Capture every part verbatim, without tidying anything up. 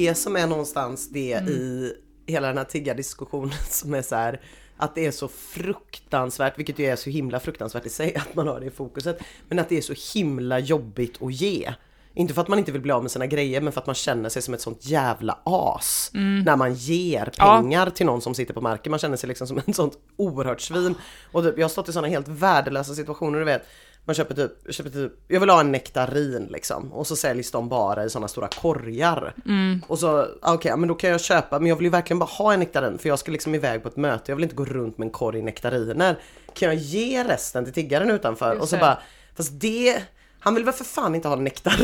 det som är någonstans det mm. i hela den här tiggardiskussionen som är så här, att det är så fruktansvärt, vilket ju är så himla fruktansvärt i sig att man har det i fokuset, men att det är så himla jobbigt att ge. Inte för att man inte vill bli av med sina grejer, men för att man känner sig som ett sånt jävla as mm. när man ger pengar ja. till någon som sitter på marken. Man känner sig liksom som en sånt oerhört svin. Och typ, jag har stått i såna helt värdelösa situationer, du vet. Man köper typ, köper typ, jag vill ha en nektarin liksom. Och så säljs de bara i såna stora korgar. Mm. Och så, okej, okay, men då kan jag köpa, men jag vill ju verkligen bara ha en nektarin. För jag ska liksom iväg på ett möte, jag vill inte gå runt med en korg nektariner. Kan jag ge resten till tiggaren utanför? Just och så det. bara, fast det... Han vill väl för fan inte ha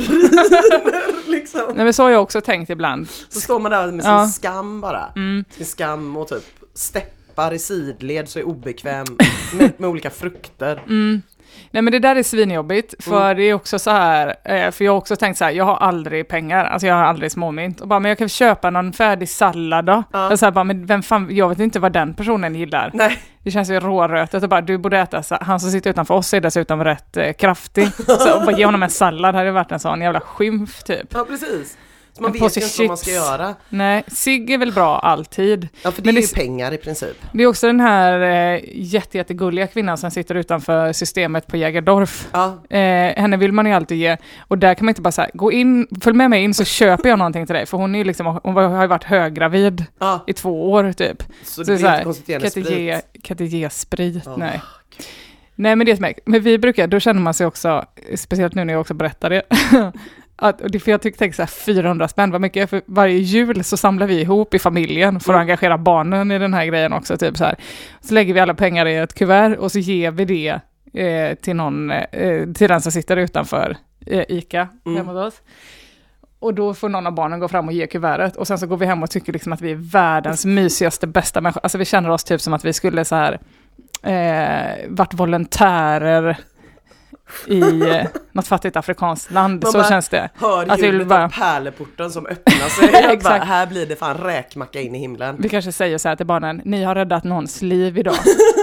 nektariner liksom. Nej, men så har jag också tänkt ibland. Så står man där med sin ja. skam bara. Mm. Sin skam och typ steppar i sidled så är obekväm med, med olika frukter. Mm. Nej, men det där är svinjobbigt. För mm. det är också så här, för jag har också tänkt så här, jag har aldrig pengar, alltså jag har aldrig småmynt. Och bara, men jag kan köpa någon färdig sallad då. Ja. Och så här, bara, men vem fan, jag vet inte vad den personen gillar. Nej. Det känns ju rårötet och bara, du borde äta, så, han som sitter utanför oss är dessutom rätt eh, kraftig. Så och bara ge honom en sallad hade varit en sån jävla skymf typ. Ja, precis. Så man vet ju inte vad man ska göra. Nej, cigg är väl bra alltid. Ja, för det men är ju det, pengar i princip. Det är också den här eh, jätte, jättegulliga kvinnan som sitter utanför systemet på Jägerdorf. Ja. Eh, henne vill man ju alltid ge. Och där kan man inte bara säga, gå in, följ med mig in så köper jag någonting till dig. För hon är ju liksom, hon har ju varit höggravid ja. i två år typ. Så, så det är så inte konstigt att ge sprit. Kan inte ge sprit, oh. nej. Nej, men det är som men vi brukar, då känner man sig också, speciellt nu när jag också berättar det, att, för jag tyckte så här, fyrahundra spänn var mycket, för varje jul så samlar vi ihop i familjen för att mm. engagera barnen i den här grejen också, typ så här. Så lägger vi alla pengar i ett kuvert och så ger vi det eh, till någon, eh, till den som sitter utanför eh, Ica mm. hemma hos oss. Och då får någon av barnen gå fram och ge kuvertet. Och sen så går vi hem och tycker liksom att vi är världens mysigaste, bästa människor. Alltså vi känner oss typ som att vi skulle så här eh, varit volontärer i eh, något fattigt afrikanskt land. Man så känns det. Hör att ljudet bara... av pärleporten som öppnar sig. Exakt. Bara, här blir det fan räkmacka in i himlen. Vi kanske säger så här till barnen, ni har räddat någons liv idag.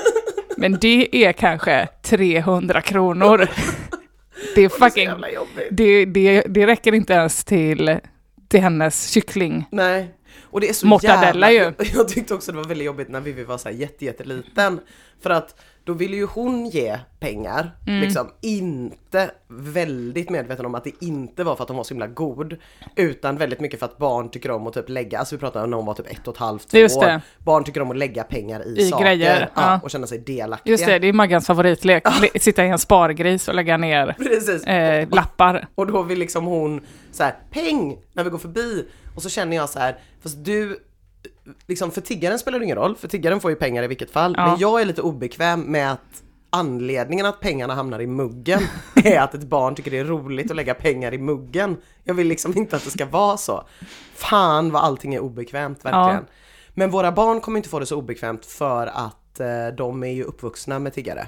Men det är kanske trehundra kronor. Det är fucking... Det, det, det räcker inte ens till, till hennes kyckling. Nej. Och det är så mortadella jävla... ju. Jag tyckte också det var väldigt jobbigt när Vivi var så här jätte, jätteliten. För att då ville ju hon ge pengar. Mm. Liksom inte väldigt medveten om att det inte var för att hon var så himla god. Utan väldigt mycket för att barn tycker om att typ lägga. Alltså vi pratade om när hon var typ ett och ett halvt, två Just det. år. Barn tycker om att lägga pengar i, I saker. Grejer, ja, ja. Och känna sig delaktiga. Just det, det är Maggans favoritlek. Sitta i en spargris och lägga ner eh, lappar. Och då vill liksom hon så här, peng när vi går förbi. Och så känner jag så här, fast du... Liksom för tiggaren spelar det ingen roll, för tiggaren får ju pengar i vilket fall. Ja. Men jag är lite obekväm med att anledningen att pengarna hamnar i muggen är att ett barn tycker det är roligt att lägga pengar i muggen. Jag vill liksom inte att det ska vara så. Fan vad allting är obekvämt verkligen. Ja. Men våra barn kommer inte få det så obekvämt för att eh, de är ju uppvuxna med tiggare.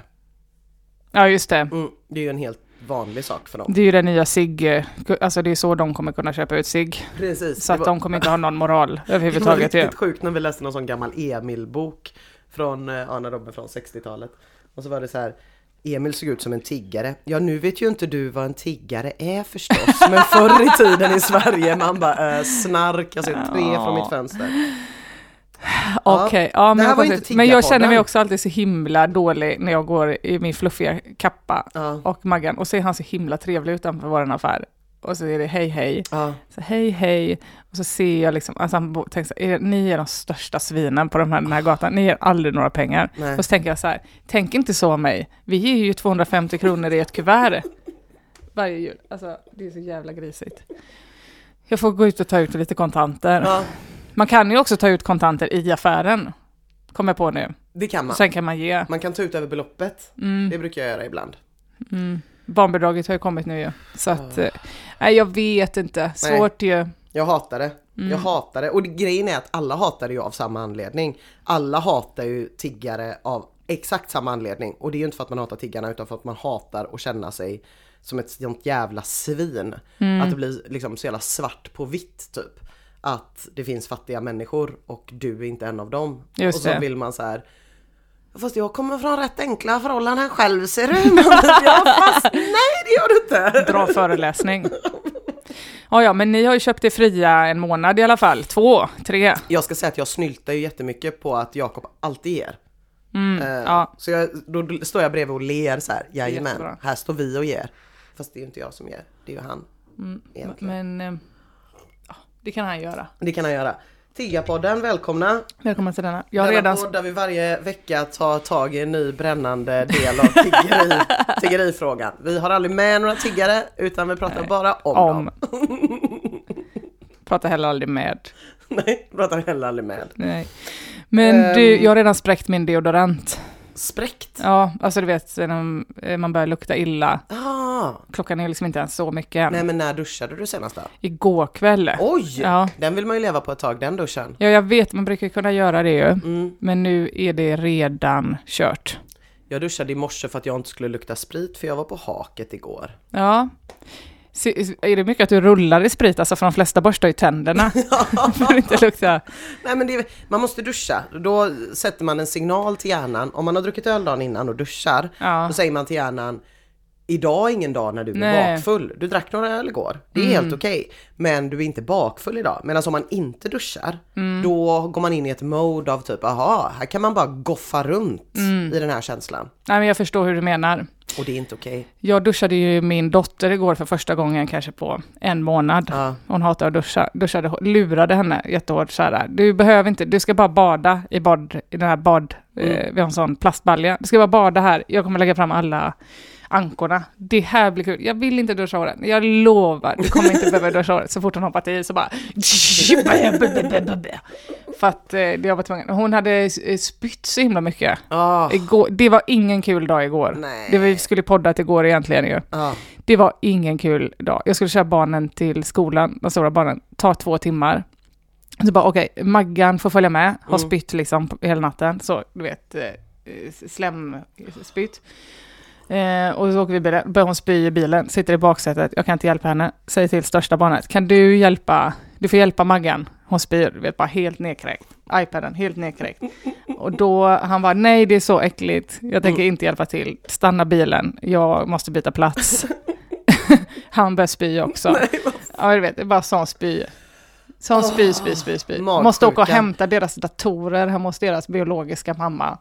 Ja, just det. Mm, det är ju en helt vanlig sak för dem. Det är ju den nya cigg, alltså det är så de kommer kunna köpa ut cigg. Precis. Så att var... de kommer inte ha någon moral överhuvudtaget. Det var riktigt sjukt när vi läste någon sån gammal Emil-bok från Anna Robben från sextiotalet. Och så var det så här, Emil såg ut som en tiggare. Ja, nu vet ju inte du vad en tiggare är förstås. Men förr i tiden i Sverige, man bara äh, snark, jag ser tre ja. från mitt fönster. Okej, okay. ja, men, jag, men jag känner mig också alltid så himla dålig när jag går i min fluffiga kappa ja. och Maggan och så är han så himla trevlig utanför vår affär och så är det hej hej ja. så hej hej och så ser jag liksom, alltså han tänker så här, ni är de största svinen på de här, den här gatan, ni ger aldrig några pengar. Nej. Och så tänker jag så här, tänk inte så om mig, vi ger ju tvåhundrafemtio kronor i ett kuvert varje jul, alltså det är så jävla grisigt. Jag får gå ut och ta ut lite kontanter. Ja. Man kan ju också ta ut kontanter i affären. Kommer jag på nu. Det kan man. Sen kan man ge. Man kan ta ut över beloppet. Mm. Det brukar jag göra ibland. Mm. Barnbidraget har ju kommit nu ju. Så att, oh. nej jag vet inte. Svårt ju. Jag hatar det. Mm. Jag hatar det. Och det, grejen är att alla hatar det ju av samma anledning. Alla hatar ju tiggare av exakt samma anledning. Och det är ju inte för att man hatar tiggarna utan för att man hatar att känna sig som ett sånt jävla svin. Mm. Att det blir liksom så jävla svart på vitt typ. Att det finns fattiga människor och du är inte en av dem. Just och så det. Vill man så här, fast jag kommer från rätt enkla förhållanden själv, ser du? Ja, fast nej, det gör du inte. Dra föreläsning. Ja, ja, men ni har ju köpt det fria en månad i alla fall. Två, tre. Jag ska säga att jag snyltar ju jättemycket på att Jakob alltid ger. Mm, uh, ja. Så jag, då står jag bredvid och ler så här. Jajamän, Jättebra. här står vi och ger. Fast det är ju inte jag som ger, det är ju han. Mm, men eh, ja, det kan han göra. Det kan han göra. Tiggarpodden, välkomna. Välkommen till denna. Jag har Denna redan... podd där vi varje vecka tar tag i en ny brännande del av tiggeri, tiggerifrågan. Vi har aldrig med några tiggare utan vi pratar Nej, bara om, om dem. Pratar heller aldrig med. Nej, pratar heller aldrig med. Nej. Men um, du, jag har redan spräckt min deodorant. Spräckt? Ja, alltså du vet när man börjar lukta illa. Ah. Klockan är liksom inte ens så mycket. Nej, men när duschade du senast då? Igår kväll. Oj, ja. Den vill man ju leva på ett tag, den duschen. Ja, jag vet, man brukar kunna göra det ju. Mm. Men nu är det redan kört. Jag duschade i morse för att jag inte skulle lukta sprit, för jag var på haket igår. Ja. Är det mycket att du rullar i sprit? Alltså för de flesta borstar ju tänderna. För att inte lukta. Nej, men det är, man måste duscha. Då sätter man en signal till hjärnan. Om man har druckit öl dagen innan och duschar, ja. Då säger man till hjärnan: idag är ingen dag när du är Nej. bakfull. Du drack några öl igår. Det är mm. helt okej. Okay. Men du är inte bakfull idag. Medan om man inte duschar, mm. då går man in i ett mode av typ, aha, här kan man bara goffa runt mm. i den här känslan. Nej, men jag förstår hur du menar. Och det är inte okej. Okay. Jag duschade ju min dotter igår för första gången kanske på en månad. Ja. Hon hatar att duscha. Duschade, lurade henne jättehårt så här. Du behöver inte, du ska bara bada i bad, i den här bad, mm. eh, vi har en sån plastbalja. Du ska bara bada här. Jag kommer lägga fram alla ankorna. Det här blir kul. Jag vill inte duscha håret. Jag lovar. Du kommer inte behöva duscha håret. Så fort hon hoppat i så bara... För att eh, jag var tvungen. Hon hade spytt så himla mycket. Oh. Igår, det var ingen kul dag igår. Nej. Det var, vi skulle podda till igår egentligen ju. Oh. Det var ingen kul dag. Jag skulle köra barnen till skolan. De stora barnen. Ta två timmar. Så bara okej, okay, Maggan får följa med. Har mm. spytt liksom hela natten. Så du vet, eh, slämspytt. Eh, och så åker vi bilen, börjar hon spy i bilen, sitter i baksätet, jag kan inte hjälpa henne, säger till största barnet, kan du hjälpa, du får hjälpa Maggan, hon spyr, du vet, bara helt nedkräkt, iPaden helt nedkräkt, och då han var nej det är så äckligt, jag tänker inte hjälpa till, stanna bilen, jag måste byta plats. Han börjar spy också. Nej, ja, du vet, det är bara sån spy. Sån spy, spy, spy, spy. Måste åka och hämta deras datorer hemma hos deras biologiska mamma.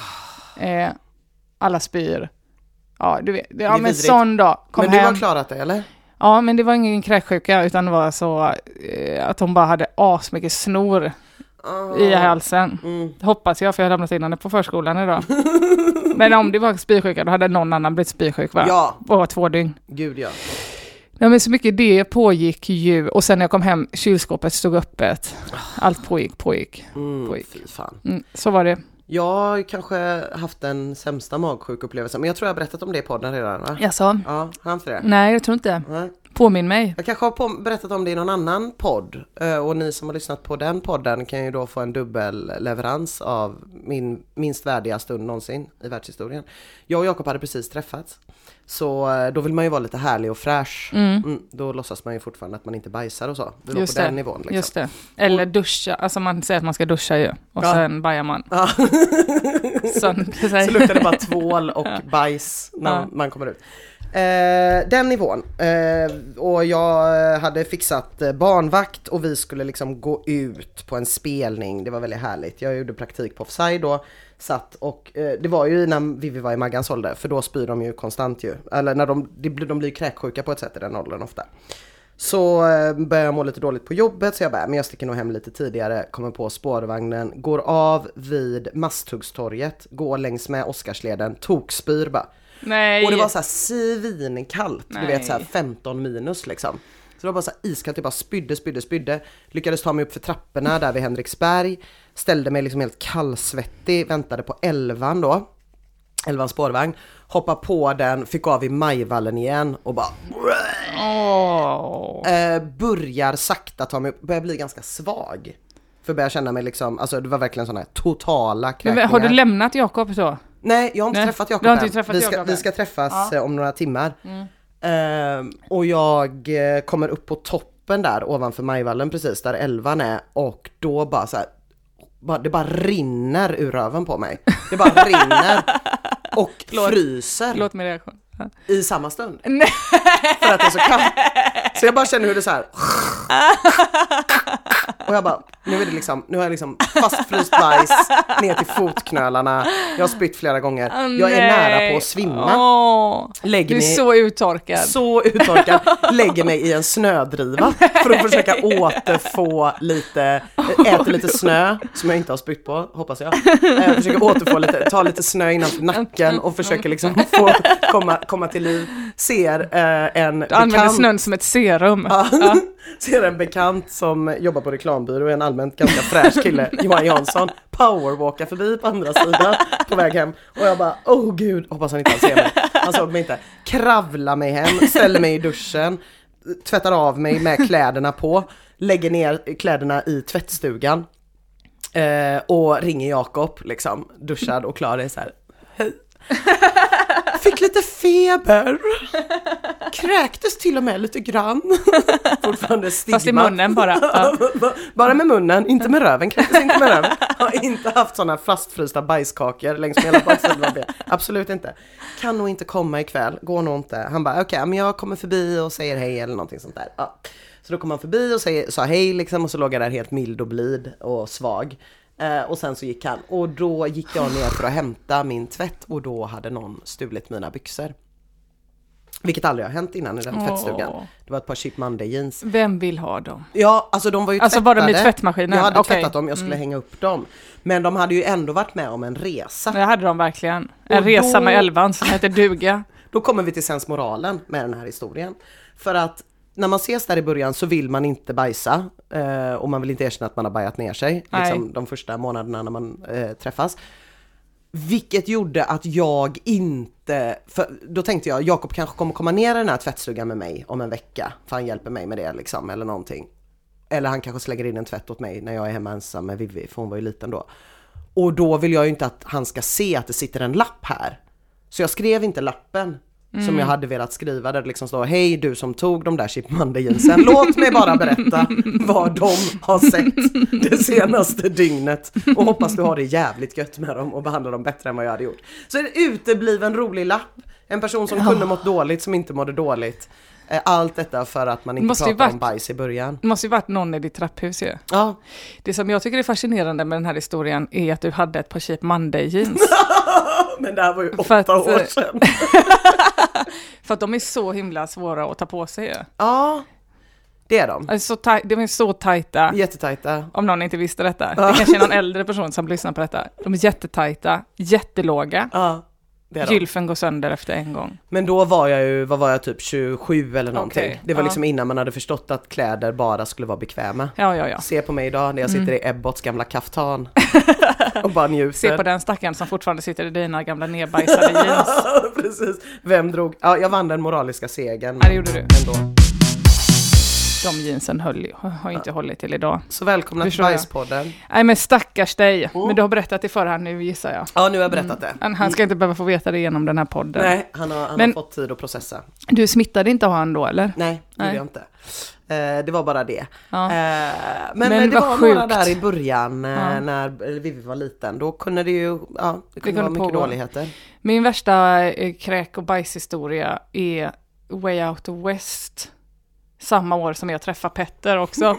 Eh, alla spyr. Ja, du vet. Ja, men sån dag. Kom men du hem. har klarat det, eller? Ja, men det var ingen kräksjuka, utan det var så eh, att hon bara hade asmycket snor oh. i halsen. Mm. Hoppas jag, för jag har lämnat in henne på förskolan idag. Men om det var spysjuka, då hade någon annan blivit spysjuk, va? Ja. På två dygn. Gud, ja. Ja, men så mycket det pågick ju. Och sen när jag kom hem, kylskåpet stod öppet. Allt pågick, pågick. Mm, pågick. Fy fan. Mm, så var det. Jag har kanske haft den sämsta magsjukupplevelsen, men jag tror jag har berättat om det i podden redan, va? Jaså? Ja, har inte det? Nej, jag tror inte. Nej. Påminn mig. Jag kanske har på- berättat om det i någon annan podd, och ni som har lyssnat på den podden kan ju då få en dubbel leverans av min minst värdiga stund någonsin i världshistorien. Jag och Jakob hade precis träffats, så då vill man ju vara lite härlig och fräsch. Mm. Mm, då låtsas man ju fortfarande att man inte bajsar och så. Vi var Just på det. den nivån liksom. Just det. Eller duscha, alltså man säger att man ska duscha ju, och ja. sen bajar man. Ja. så, så luktar det bara tvål och bajs när ja. man kommer ut. Eh, den nivån. Eh, och jag hade fixat barnvakt och vi skulle liksom gå ut på en spelning. Det var väldigt härligt. Jag gjorde praktik på Offside då. Satt och eh, det var ju när Vivi var i Maggans ålder, för då spyr de ju konstant ju. Eller när de, de blir kräksjuka på ett sätt i den åldern ofta. Så eh, började jag må lite dåligt på jobbet, så jag bara, men jag sticker nog hem lite tidigare, kommer på spårvagnen, går av vid Masthuggstorget, går längs med Oscarsleden, tokspyr bara. Nej. Och det var så här svinkallt, du vet så här femton minus liksom. Så det var bara så här iskallt, jag bara spydde, spydde, spydde. Lyckades ta mig upp för trapporna där vid Henriksberg. Ställde mig liksom helt kallsvettig, väntade på elvan då. Elvan spårvagn. Hoppa på den, fick av i Majvallen igen och bara... Oh. Eh, börjar sakta ta mig upp, börjar bli ganska svag. För börjar känna mig liksom, alltså det var verkligen sådana här totala kräkningar. Har du lämnat Jakob så? Nej, jag har inte Nej. träffat Jakob än. Inte vi, ska, Jakob vi ska träffas ja. om några timmar. Mm. Uh, och jag uh, kommer upp på toppen där ovanför Majvallen precis där elvan är, och då bara så här, bara, det bara rinner ur röven på mig. Det bara rinner och Låt, fryser. Låt mig reaktion. I samma stund. Nej. För att det är så kallt. Så jag bara känner hur det så här. Och jag bara, nu är det liksom, nu har jag liksom fastfryst bajs ner till fotknölarna. Jag har spytt flera gånger. Oh, jag är nära på att svimma. Oh, Lägger du är mig, så uttorkad. Så uttorkad. Lägger mig i en snödriva för att försöka återfå lite, äter lite snö som jag inte har spytt på, hoppas jag. Jag försöker återfå lite, ta lite snö innanför nacken och försöker liksom få komma, komma till liv. Ser eh, en Du använder bekant, snön som ett serum. ja, Ja. ser en bekant som jobbar på reklambyrå, en allmänt ganska fräsch kille, Johan Jansson, powerwalka förbi på andra sidan på väg hem. Och jag bara, åh gud, hoppas han inte ser mig. Han såg mig inte. Kravlar mig hem, ställer mig i duschen, tvättar av mig med kläderna på, lägger ner kläderna i tvättstugan eh, och ringer Jakob, liksom, duschad och klar, är så här, hej. Fick lite feber. Kräktes till och med lite grann. Fortfarande stigma. Fast i munnen bara. Ja. Bara med munnen, inte med röven. Kräktes inte med röven. Har inte haft sådana fastfrysta bajskakor längs med hela baksidan. Absolut inte. Kan nog inte komma ikväll. Går nog inte. Han bara, okej, okay, men jag kommer förbi och säger hej eller någonting sånt där. Ja. Så då kom han förbi och säger, sa hej liksom, och så låg jag där helt mild och blid och svag. Eh, och sen så gick han, och då gick jag ner för att hämta min tvätt, och då hade någon stulit mina byxor. Vilket aldrig har hänt innan i den tvättstugan. Det var ett par Chip Monday jeans. Vem vill ha dem? Ja, alltså de var ju alltså tvättade. Alltså var de i tvättmaskinen? Jag hade okay. tvättat dem, jag skulle mm. hänga upp dem. Men de hade ju ändå varit med om en resa. Jag hade de verkligen. En och resa då... med elvan som heter duga. Då kommer vi till sensmoralen med den här historien. För att när man ses där i början så vill man inte bajsa. Eh, och man vill inte erkänna att man har bajat ner sig. Liksom de första månaderna när man eh, träffas. Vilket gjorde att jag inte... För då tänkte jag, Jakob kanske kommer komma ner i den här tvättstugan med mig om en vecka. För han hjälper mig med det liksom, eller någonting. Eller han kanske slänger in en tvätt åt mig när jag är hemma ensam med Vivi. För hon var ju liten då. Och då vill jag ju inte att han ska se att det sitter en lapp här. Så jag skrev inte lappen. Mm. Som jag hade velat skriva, där det liksom står, hej du som tog de där Chip Monday jeansen, låt mig bara berätta vad de har sett det senaste dygnet och hoppas du har det jävligt gött med dem och behandlar dem bättre än vad jag hade gjort. Så en utebliven rolig lapp, en person som kunde mått dåligt, som inte mådde dåligt. Allt detta för att man inte pratar varit, om bajs i början. Det måste ju varit någon i ditt trapphus ju. Ja. Det som jag tycker är fascinerande med den här historien är att du hade ett par Chip Monday jeans. Men det här var ju åtta att, år sedan. För att de är så himla svåra att ta på sig. Ja, det är de. Alltså, så taj- de är så tajta. Jättetajta. Om någon inte visste detta. Ja. Det kanske är någon äldre person som lyssnar på detta. De är jättetajta, jättelåga. Ja. Gylfen går sönder efter en gång. Men då var jag ju, vad var jag, typ tjugosju eller någonting. Okay, det var ja. liksom innan man hade förstått att kläder bara skulle vara bekväma. Ja, ja, ja. Se på mig idag när jag sitter mm. i Ebbots gamla kaftan och bara njuter. Se på den stackaren som fortfarande sitter i dina gamla nedbajsade jeans. Precis. Vem drog? Ja, jag vann den moraliska segern. Ja, det gjorde du. Ändå. De jeansen höll ju, har inte ja. hållit till idag. Så välkomna till Bajspodden. Nej men stackars dig. Mm. Men du har berättat det för han nu, gissar jag. Ja, nu har jag berättat det. Mm. Han ska inte behöva få veta det genom den här podden. Nej, han har, han men, har fått tid att processa. Du smittade inte han då, eller? Nej, det gjorde jag inte. Eh, det var bara det. Ja. Eh, men, men men det var sjukt. några där i början eh, ja. när Vivi var liten. Då kunde det ju, ja, det kunde, det kunde vara mycket pågå. dåligheter. Min värsta eh, kräk- och bajshistoria är Way Out West. Samma år som jag träffade Petter också.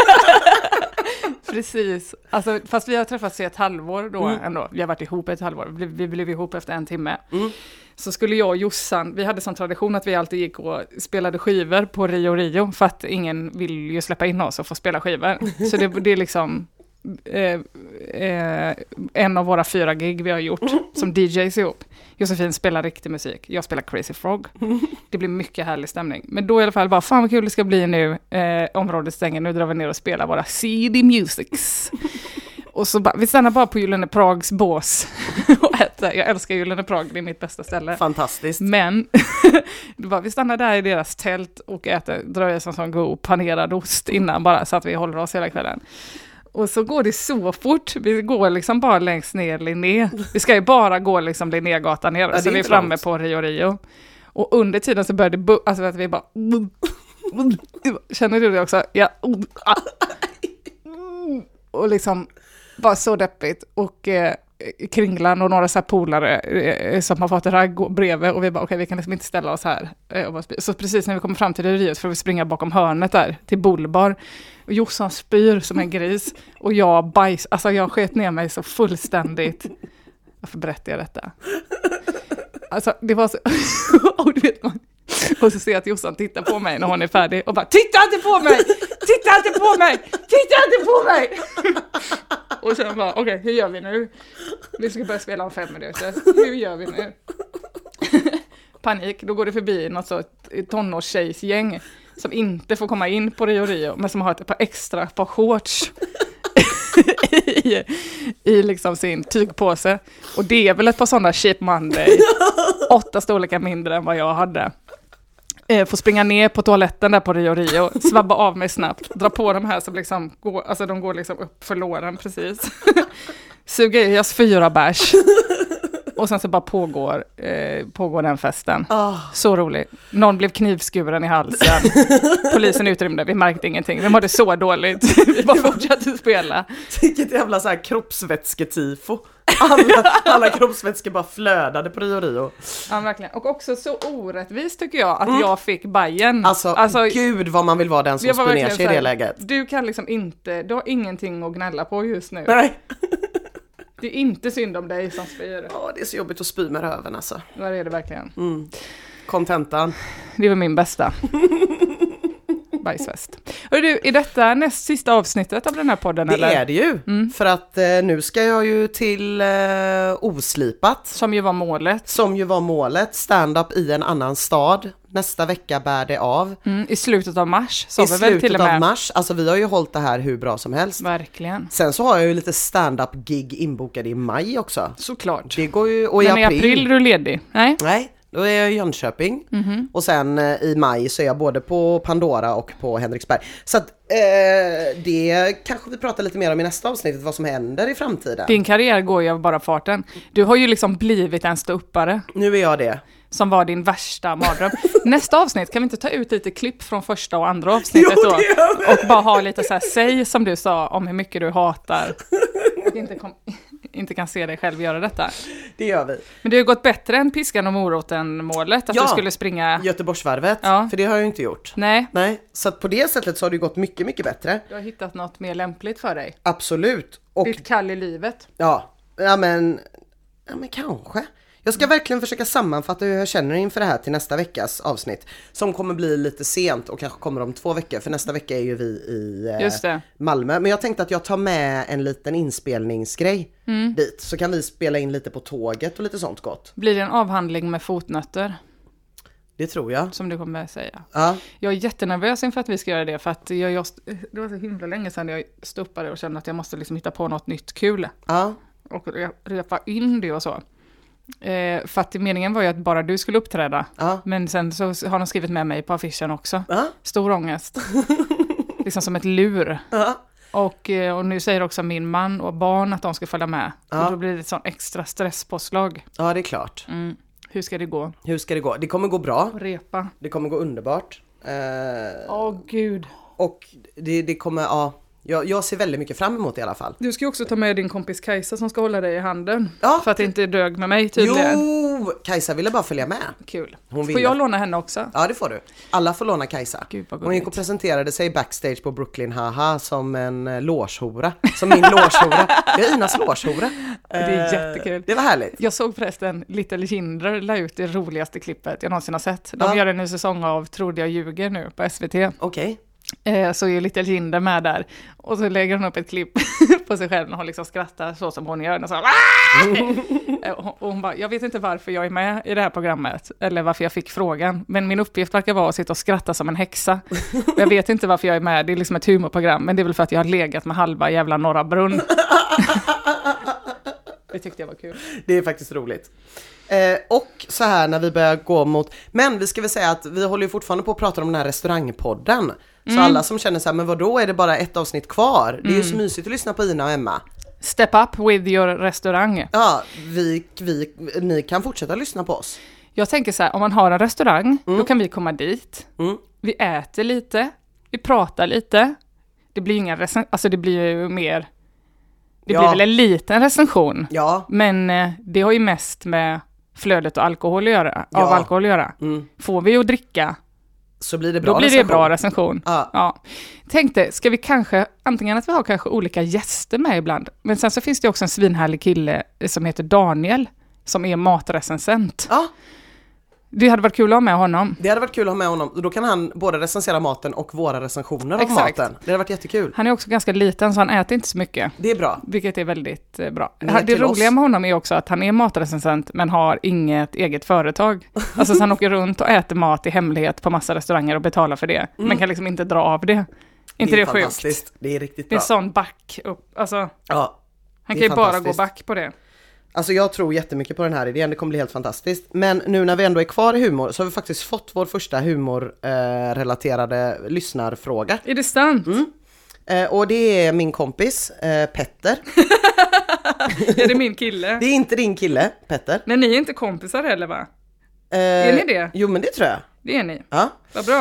Precis. Alltså, fast vi har träffats i ett halvår då mm. ändå. Vi har varit ihop ett halvår. Vi, vi blev ihop efter en timme. Mm. Så skulle jag och Jossan, vi hade sån tradition att vi alltid gick och spelade skivor på Rio Rio. För att ingen vill ju släppa in oss och få spela skivor. Så det, det är liksom eh, eh, en av våra fyra gig vi har gjort som D Js ihop. Josefin spelar riktig musik. Jag spelar Crazy Frog. Det blir mycket härlig stämning. Men då i alla fall bara, fan vad kul det ska bli nu. Eh, området stänger, nu drar vi ner och spelar våra C D Musics. Och så bara, vi stannar bara på Gyllene Prags bås och äter. Jag älskar Gyllene Prag, det är mitt bästa ställe. Fantastiskt. Men bara, vi stannar där i deras tält och äter, drar i en sån god panerad ost innan bara så att vi håller oss hela kvällen. Och så går det så fort. Vi går liksom bara längst ner Linné. Vi ska ju bara gå liksom Linnégatan ner. Ja, så vi är framme långt. På Rio Rio. Och under tiden så började bu- alltså att vi bara känner du det också? Ja. Och liksom bara så deppigt. Och eh, Kringlan och några så här polare eh, som har fått ett ragg bredvid och vi bara okej, okay, vi kan liksom inte ställa oss här. Eh, och så precis när vi kommer fram till rederiet får vi springa bakom hörnet där till Bullbar. Och Jossan spyr som en gris och jag bajs, alltså jag sket ner mig så fullständigt. Varför berättar jag detta? Alltså det var så och du vet man. Och så ser jag att Jossan tittar på mig när hon är färdig och bara titta inte på mig! Titta inte på mig! Titta inte på mig! Och sen bara okej, okay, hur gör vi nu? Vi ska börja spela om fem minuter. Hur gör vi nu? Panik, då går det förbi något så ett tonårstjejsgäng som inte får komma in på Rio Rio men som har ett par extra par shorts i, i liksom sin tygpåse. Och det är väl ett par sådana Cheap Monday, åtta storlekar mindre än vad jag hade. Eh, får springa ner på toaletten där på Rio Rio, svabba av mig snabbt, dra på de här som liksom går, alltså de går liksom upp för låren precis. Suga i oss fyra bärs. Och sen så bara pågår, eh, pågår den festen. Oh. Så roligt. Någon blev knivskuren i halsen. Polisen utrymde, vi märkte ingenting. Vi mådde så dåligt. Vi bara fortsatte spela. Vilket jävla så här kroppsvätsketifo. Alla, alla kroppsvätskor bara flödade på Rio Rio. Ja, verkligen. Och också så orättvist tycker jag att mm. jag fick bajen. Alltså, alltså, gud vad man vill vara den som spår ner sig i det läget. Du kan liksom inte, du har ingenting att gnälla på just nu. Nej. Det är inte synd om dig som spyr. Ja, det är så jobbigt att spy med röven alltså. Ja, det är det verkligen. Mm. Kontentan. Det var min bästa. Bajsfest. Och du, är detta näst sista avsnittet av den här podden? Det eller? är det ju. Mm. För att eh, nu ska jag ju till eh, Oslipat. Som ju var målet. Som ju var målet. Stand-up i en annan stad. Nästa vecka bär det av. Mm, I slutet av mars. Så I vi slutet väl till och med. av mars. Alltså vi har ju hållit det här hur bra som helst. Verkligen. Sen så har jag ju lite stand-up-gig inbokade i maj också. Såklart. Det går ju, och i Men april. i april är du ledig? Nej. Nej. Då är jag i Jönköping. Mm-hmm. Och sen eh, i maj så är jag både på Pandora och på Henriksberg. Så att eh, det kanske vi pratar lite mer om i nästa avsnitt. Vad som händer i framtiden. Din karriär går ju av bara farten. Du har ju liksom blivit en ståuppare. Nu är jag det. Som var din värsta mardröm. Nästa avsnitt kan vi inte ta ut lite klipp från första och andra avsnittet jo, då? Och bara ha lite så här, säg som du sa om hur mycket du hatar. Och inte, kom, inte kan se dig själv göra detta. Det gör vi. Men det har gått bättre än piskan och moroten målet. Att ja, du skulle springa Göteborgsvarvet. Ja. För det har jag ju inte gjort. Nej. Nej. Så att på det sättet så har det gått mycket, mycket bättre. Du har hittat något mer lämpligt för dig. Absolut. Och ditt kall i livet. Ja, ja men, ja men kanske. Jag ska verkligen försöka sammanfatta hur jag känner inför det här till nästa veckas avsnitt. Som kommer bli lite sent och kanske kommer om två veckor. För nästa vecka är ju vi i eh, Just det. Malmö. Men jag tänkte att jag tar med en liten inspelningsgrej mm. dit. Så kan vi spela in lite på tåget och lite sånt gott. Blir det en avhandling med fotnötter? Det tror jag. Som du kommer säga. Ja. Jag är jättenervös inför att vi ska göra det. För att jag, jag, det var så himla länge sedan jag stoppade och kände att jag måste liksom hitta på något nytt kul. Ja. Och repa in det och så. Eh, för att meningen var ju att bara du skulle uppträda. Ja. Men sen så har de skrivit med mig på affischen också. Ja. Stor ångest. Liksom som ett lur. Ja. Och, och nu säger också min man och barn att de ska följa med. Ja. Och då blir det ett sånt extra stresspåslag. Ja, det är klart. Mm. Hur ska det gå? Hur ska det gå? Det kommer gå bra. Repa. Det kommer gå underbart. Åh eh, oh, gud. Och det, det kommer, ja... Jag, jag ser väldigt mycket fram emot det i alla fall. Du ska ju också ta med din kompis Kajsa som ska hålla dig i handen. Ja. För att det inte är dög med mig tydligen. Jo, Kajsa ville bara följa med. Kul. Hon får jag låna henne också? Ja, det får du. Alla får låna Kajsa. Gud, vad hon gick och presenterade sig backstage på Brooklyn Haha som en uh, lårshora. Som min lårshora. Jag är Inas lårshora. Det är jättekul. Det var härligt. Jag såg förresten Little Jinder la ut det roligaste klippet jag någonsin har sett. De ja. gör en ny säsong av Trodde jag ljuger nu på S V T. Okej. Okay. Eh, så är Little Jinder med där. Och så lägger hon upp ett klipp på sig själv när hon liksom skrattar så som hon gör. Och, så, eh, och hon bara, jag vet inte varför jag är med i det här programmet. Eller varför jag fick frågan. Men min uppgift verkar vara att sitta och skratta som en häxa. Och jag vet inte varför jag är med. Det är liksom ett humorprogram. Men det är väl för att jag har legat med halva jävla Norra Brunn. Det tyckte jag var kul. Det är faktiskt roligt. Eh, och så här när vi börjar gå mot... Men vi ska väl säga att vi håller ju fortfarande på att prata om den här restaurangpodden. Så mm. alla som känner så här, men vadå är det bara ett avsnitt kvar? Mm. Det är ju så mysigt att lyssna på Ina och Emma. Step up with your restaurang. Ja, vi, vi, ni kan fortsätta lyssna på oss. Jag tänker så här, om man har en restaurang, mm. då kan vi komma dit. Mm. Vi äter lite, vi pratar lite. Det blir ingen resen- alltså det blir ju mer... Det Ja. blir väl en liten recension. Ja. Men eh, det har ju mest med flödet och alkohol att göra, Ja. av alkohol att göra. Mm. Får vi att dricka, Så blir det bra då blir det recension. bra recension. Ja. Ja. Tänkte, ska vi kanske, antingen att vi har kanske olika gäster med ibland, men sen så finns det också en svinhärlig kille som heter Daniel, som är matrecensent. Ja, Det hade varit kul att ha med honom. det hade varit kul att ha med honom. Då kan han både recensera maten och våra recensioner av Exakt. maten. Det hade varit jättekul. Han är också ganska liten så han äter inte så mycket. Det är bra. Vilket är väldigt eh, bra. Ner Det till roliga oss. med honom är också att han är matrecensent men har inget eget företag. Alltså så han åker runt och äter mat i hemlighet på massa restauranger och betalar för det. Men kan liksom inte dra av det. Inte det, är är sjukt? fantastiskt. Det är riktigt Det är bra. en sån back upp. Alltså, Ja, han det kan är ju bara gå fantastiskt. back på det. Alltså jag tror jättemycket på den här idén, det kommer bli helt fantastiskt. Men nu när vi ändå är kvar i humor så har vi faktiskt fått vår första humorrelaterade eh, lyssnarfråga. Är det sant? Eh, och det är min kompis eh, Petter. Är det min kille? Det är inte din kille, Petter. Men ni är inte kompisar heller va? Eh, Är ni det? Jo men det tror jag. Det är ni. Ja. Vad bra.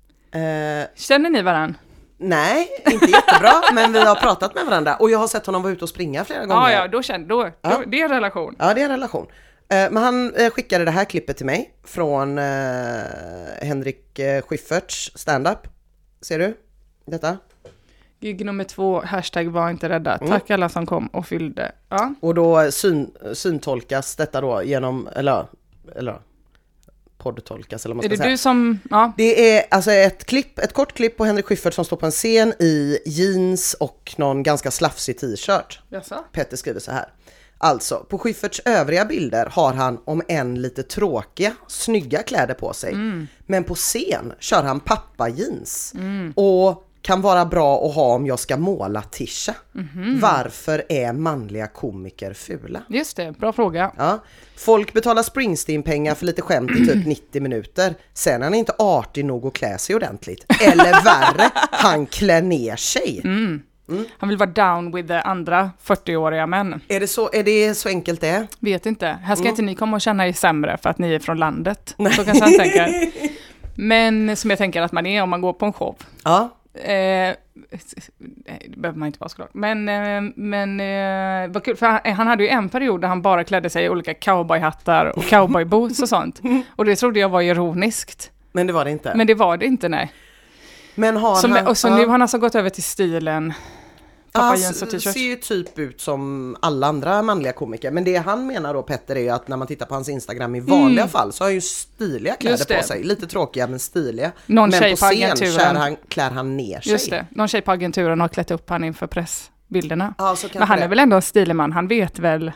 Eh, Känner ni varann? nej, inte jättebra, men vi har pratat med varandra. Och jag har sett honom vara ute och springa flera gånger. Ja, ja, då känner då, Ja. då. Det är en relation. Ja, det är en relation. Eh, Men han eh, skickade det här klippet till mig från eh, Henrik eh, Schyfferts stand-up. Ser du detta? Gig nummer två, hashtag var inte rädda. Mm. Tack alla som kom och fyllde. Ja. Och då syn, syntolkas detta då genom, eller, eller poddtolkas eller vad man Är ska det säga. du som, ja. Det är alltså ett klipp, ett kort klipp på Henrik Schyffert som står på en scen i jeans och någon ganska slafsig t-shirt. Jaså? Petter skriver så här. Alltså, på Schyfferts övriga bilder har han om än lite tråkiga, snygga kläder på sig. Mm. Men på scen kör han pappa-jeans. Och kan vara bra att ha om jag ska måla Tisha. Mhm. Varför är manliga komiker fula? Just det, bra fråga. Ja. Folk betalar Springsteen-pengar för lite skämt i typ nittio minuter. Sen är han inte artig nog att klä sig ordentligt. Eller värre, han klär ner sig. Mm. Han vill vara down with the andra fyrtioåriga män. Är det så, är det så enkelt det är? Vet inte. Här ska Mm. inte ni komma och känna er sämre för att ni är från landet. Så kanske han tänker. Men som jag tänker att man är om man går på en show. Ja. Eh, det behöver man inte vara såklart. Men, eh, men eh, vad kul, för han, han hade ju en period där han bara klädde sig i olika cowboyhattar och cowboyboots och sånt. Och det trodde jag var ironiskt. Men det var det inte. Men det var det inte, nej. Men har Så, han... och så ja. nu har han alltså gått över till stilen pappa Ja, jeans och s- t-shirt. ser ju typ ut som alla andra manliga komiker. Men det han menar då, Petter, är ju att när man tittar på hans Instagram i vanliga fall så har han ju stiliga kläder Just det. på sig. Lite tråkiga men stiliga. Någon men tjej på på scen agenturen. klär han, klär han ner sig. Just det, någon tjej på agenturen har klätt upp han inför pressbilderna. Ja, så kanske Men han det. är väl ändå en stilig man, han vet väl.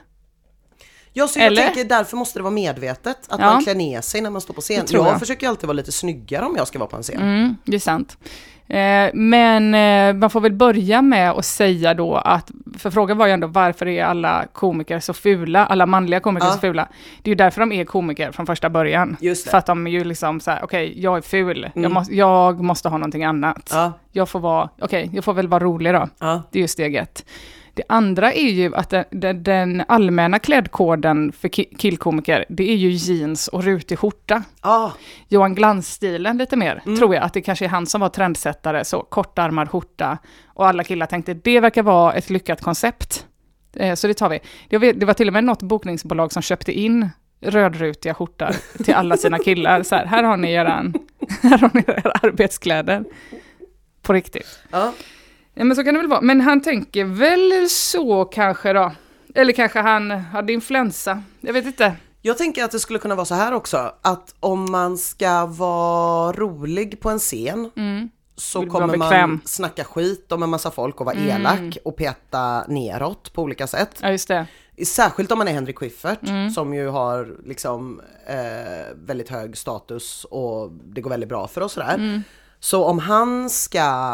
Ja, så jag Eller? tänker därför måste det vara medvetet att Ja. man klär ner sig när man står på scen. Det tror Jag, jag. försöker alltid vara lite snyggare om jag ska vara på en scen. Mm, det är sant. Eh, men eh, man får väl börja med att säga då att, för frågan var ju ändå varför är alla komiker så fula, alla manliga komiker Ja. så fula. Det är ju därför de är komiker från första början. Just det. För att de är ju liksom så här, okej, jag är ful, Mm. jag, måste, jag måste ha någonting annat. Ja, Jag får vara, okej, jag får väl vara rolig då. ja. Det är ju steget. Det andra är ju att den, den, den allmänna klädkoden för ki- killkomiker, det är ju jeans och rutig skjorta. Ah, Johan Glans-stilen lite mer, Mm. tror jag. Att det kanske är han som var trendsättare, så kortärmad skjorta. Och alla killar tänkte, det verkar vara ett lyckat koncept. Eh, så det tar vi. Det var, det var till och med något bokningsbolag som köpte in rödrutiga skjortor till alla sina killar. Så här, här har ni eran, här har ni era arbetskläder. På riktigt. ja. Ja, men så kan det väl vara. Men han tänker väl så kanske då. Eller kanske han hade influensa. Jag vet inte. Jag tänker att det skulle kunna vara så här också. Att om man ska vara rolig på en scen så Vill vara kommer man bekväm. snacka skit om en massa folk och vara elak och peta neråt på olika sätt. Ja, just det. Särskilt om man är Henrik Schyffert som ju har liksom eh, väldigt hög status och det går väldigt bra för oss sådär. Så om han ska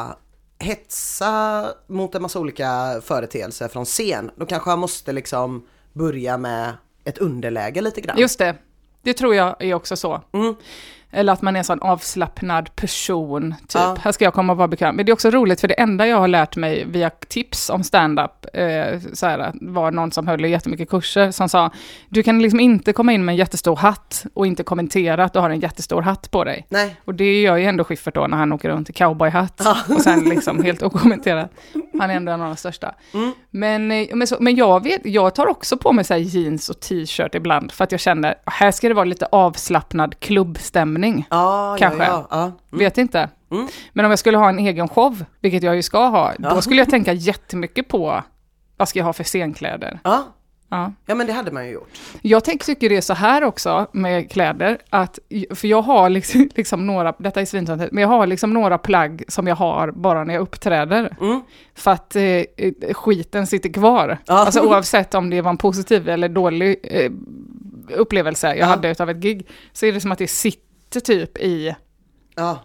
hetsa mot en massa olika företeelser från scen, då kanske han måste liksom börja med ett underläge lite grann. Just det. Det tror jag är också så. Mm. Eller att man är en sån avslappnad person, typ. Ja. Här ska jag komma och vara bekväm. Men det är också roligt, för det enda jag har lärt mig via tips om stand-up, eh, så här, var någon som höll jättemycket kurser som sa, du kan liksom inte komma in med en jättestor hatt och inte kommentera att du har en jättestor hatt på dig. Nej. Och det gör ju ändå Schyffert då när han åker runt i cowboyhatt. Ja. Och sen liksom helt okommenterat. Han är ändå en av de största. Mm. Men, men, så, men jag vet, jag tar också på mig så här jeans och t-shirt ibland, för att jag känner, här ska det vara lite avslappnad klubbstämning. Ah, kanske. Ja, ja, ja. Mm. Vet inte. Mm. Men om jag skulle ha en egen show, vilket jag ju ska ha, ja. Då skulle jag tänka jättemycket på vad ska jag ha för scenkläder. Ja. Ja. Ja, men det hade man ju gjort. Jag tänk, tycker det är så här också med kläder, att, för jag har liksom, liksom några, detta är svintuntigt, men jag har liksom några plagg som jag har bara när jag uppträder. Mm. För att eh, skiten sitter kvar. Ja. Alltså oavsett om det var en positiv eller dålig eh, upplevelse jag ja. hade utav ett gig, så är det som att det sitter typ i, ja.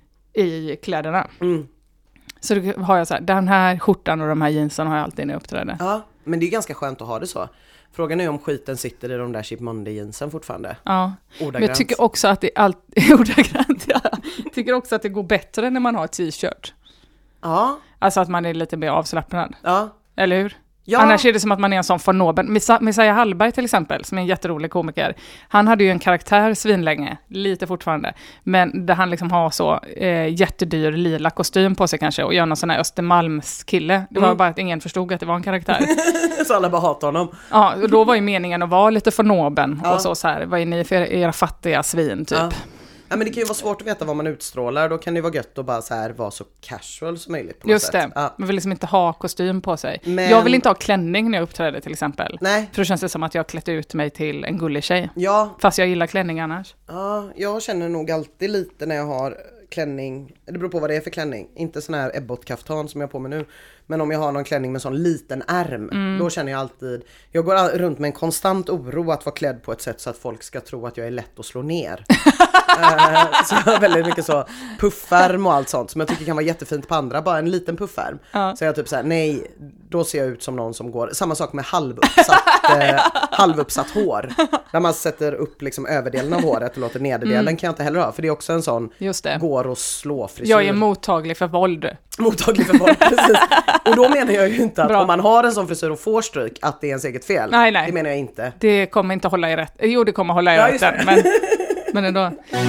i kläderna. Mm. Så då har jag så här, den här skjortan och de här jeansen har jag alltid när jag uppträder. Ja, men det är ganska skönt att ha det så. Frågan är om skiten sitter i de där Chip Monday-jeansen fortfarande. Ja, ordagrant. Men jag tycker också att det är allt ordagrant, ja. tycker också att det går bättre när man har t-shirt. Ja. Alltså att man är lite mer avslappnad. Ja. Eller hur? Ja. Annars är det som att man är en sån von Oben. Messiah Hallberg till exempel, som är en jätterolig komiker. Han hade ju en karaktär svinlänge, lite fortfarande. Men där han liksom har så eh, jättedyr lila kostym på sig kanske. Och gör någon sån här Östermalmskille. Det var mm. bara att ingen förstod att det var en karaktär. Så alla bara hatar honom. Ja, och då var ju meningen att vara lite von Oben. Ja. Och så, så här, vad är ni för era fattiga svin typ? Ja. Ja, men det kan ju vara svårt att veta vad man utstrålar. Då kan det vara gött att bara så här vara så casual som möjligt på något Just sätt. det, ja. Man vill liksom inte ha kostym på sig. Men... Jag vill inte ha klänning när jag uppträder till exempel. Nej. För då känns det som att jag har klätt ut mig till en gullig tjej. Ja. Fast jag gillar klänning annars. Ja, jag känner nog alltid lite när jag har klänning. Det beror på vad det är för klänning. Inte sån här Ebbot-kaftan som jag har på mig nu. Men om jag har någon klänning med sån liten ärm, mm. då känner jag alltid... Jag går runt med en konstant oro att vara klädd på ett sätt så att folk ska tro att jag är lätt att slå ner. uh, så jag har väldigt mycket så puffärm och allt sånt som jag tycker kan vara jättefint på andra. Bara en liten puffärm. Ja. Så jag typ så här, nej, då ser jag ut som någon som går... Samma sak med halvuppsatt, eh, halvuppsatt hår. Där man sätter upp liksom överdelen av håret och låter nederdelen mm. kan jag inte heller ha. För det är också en sån går och slå frisyr. Jag är mottaglig för våld. Mottaglig för våld, precis. Och då menar jag ju inte att Bra. om man har en sån frisyr och får stryk att det är ens eget fel. Nej, nej. Det menar jag inte. Det kommer inte hålla i rätt. Jo, det kommer hålla i ja, rätten, men, men ändå.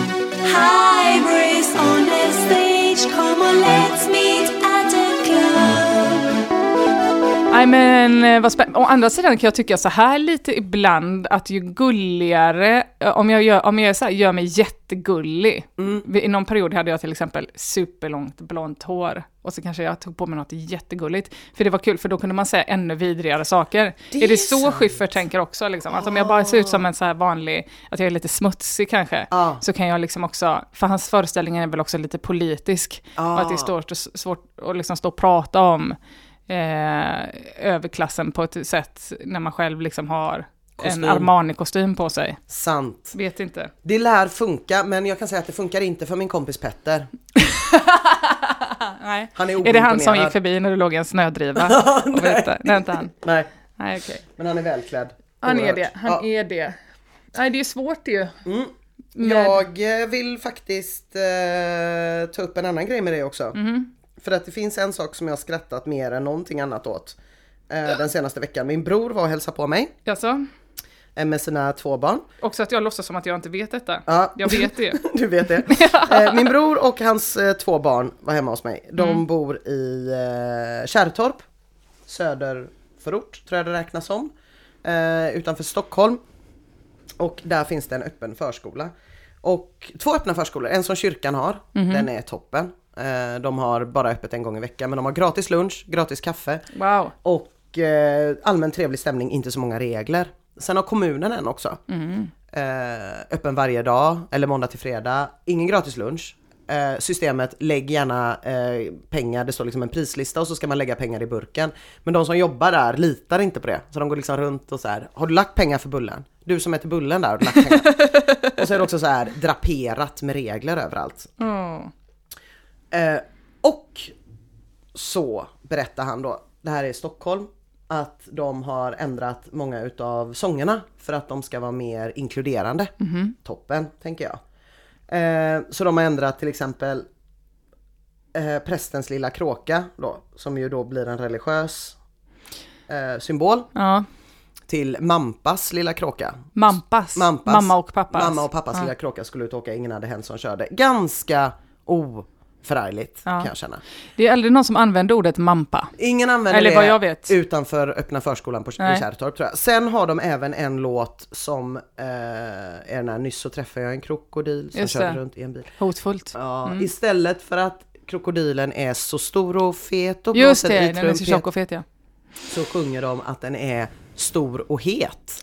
Hi, Bruce on the stage. Come on, let's meet at a club. Nej, men vad spännande. Å andra sidan kan jag tycka så här lite ibland att ju gulligare, om jag gör, om jag så här, gör mig jättegullig. Mm. I någon period hade jag till exempel superlångt blont hår. Och så kanske jag tog på mig något jättegulligt. För det var kul, för då kunde man säga ännu vidrigare saker. Det är, är det så sant. Schyffert tänker också? Liksom? Att om jag bara ser ut som en så här vanlig, att jag är lite smutsig kanske. Ah. Så kan jag liksom också, för hans föreställning är väl också lite politisk. Ah. Och att det är svårt, svårt att liksom stå och prata om eh, överklassen på ett sätt när man själv liksom har kostym. En Armani-kostym på sig. Sant. Vet inte. Det lär funka, men jag kan säga att det funkar inte för min kompis Petter. Nej. Han är, är det han som gick förbi när du låg i en snödriva? Nej. Vet, nej, inte han. Nej. Nej, okej. Okay. Men han är välklädd. Han är det, han ja. är det. Nej, det är svårt ju. Mm. Men... Jag vill faktiskt eh, ta upp en annan grej med dig också. Mm. För att det finns en sak som jag har skrattat mer än någonting annat åt eh, den senaste veckan. Min bror var och hälsade på mig. Jaså? Med sina två barn. Också att jag låtsas som att jag inte vet detta. Ja. Jag vet det. Du vet det. Ja. Min bror och hans två barn var hemma hos mig. De mm. bor i eh, Kärrtorp. Söderförort tror jag det räknas som. Eh, utanför Stockholm. Och där finns det en öppen förskola. Och två öppna förskolor. En som kyrkan har. Mm-hmm. Den är toppen. Eh, de har bara öppet en gång i veckan. Men de har gratis lunch, gratis kaffe. Wow. Och eh, allmän trevlig stämning, inte så många regler. Sen har kommunen en också. Mm. Eh, öppen varje dag, eller måndag till fredag. Ingen gratis lunch. Eh, systemet, lägg gärna eh, pengar, det står liksom en prislista och så ska man lägga pengar i burken. Men de som jobbar där litar inte på det. Så de går liksom runt och så här, har du lagt pengar för bullen? Du som äter bullen där, har du lagt pengar? Och så är det också så här draperat med regler överallt. Mm. Eh, och så berättar han då, det här är i Stockholm, att de har ändrat många utav sångerna för att de ska vara mer inkluderande. Mm-hmm. Toppen, tänker jag. Eh, så de har ändrat till exempel eh, prästens lilla kråka då, som ju då blir en religiös eh, symbol. Ja. Till Mampas lilla kråka. Mampas. Mampas. Mamma och pappas. Mamma och pappas ja. lilla kråka skulle ut och åka. Ingen hade hänt som körde. Ganska oförargligt ja. kan jag känna. Det är aldrig någon som använder ordet mampa. Ingen använder Eller det vad jag vet. utanför öppna förskolan på Kärrtorp tror jag. Sen har de även en låt som eh, är den här Nyss så träffade jag en krokodil som körde runt i en bil. Hotfullt. Ja, mm. Istället för att krokodilen är så stor och fet och just det, den är så tjock och fet ja. Så sjunger de att den är stor och het.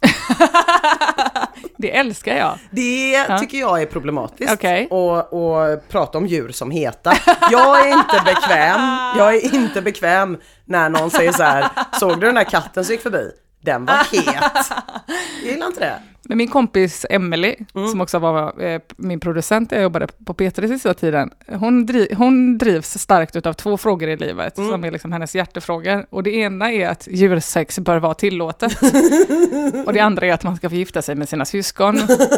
Det älskar jag. Det ja. tycker jag är problematiskt. Okay. Och, och prata om djur som heta. Jag är inte bekväm. Jag är inte bekväm när någon säger så här: såg du den där katten som gick förbi? Den var het. Jag gillar inte det. Men min kompis Emily, mm. som också var eh, min producent, jag jobbade på P tre sista tiden. Hon, driv, hon drivs starkt utav två frågor i livet mm. som är liksom hennes hjärtefrågor. Och det ena är att djursex bör vara tillåtet. Och det andra är att man ska få gifta sig med sina syskon.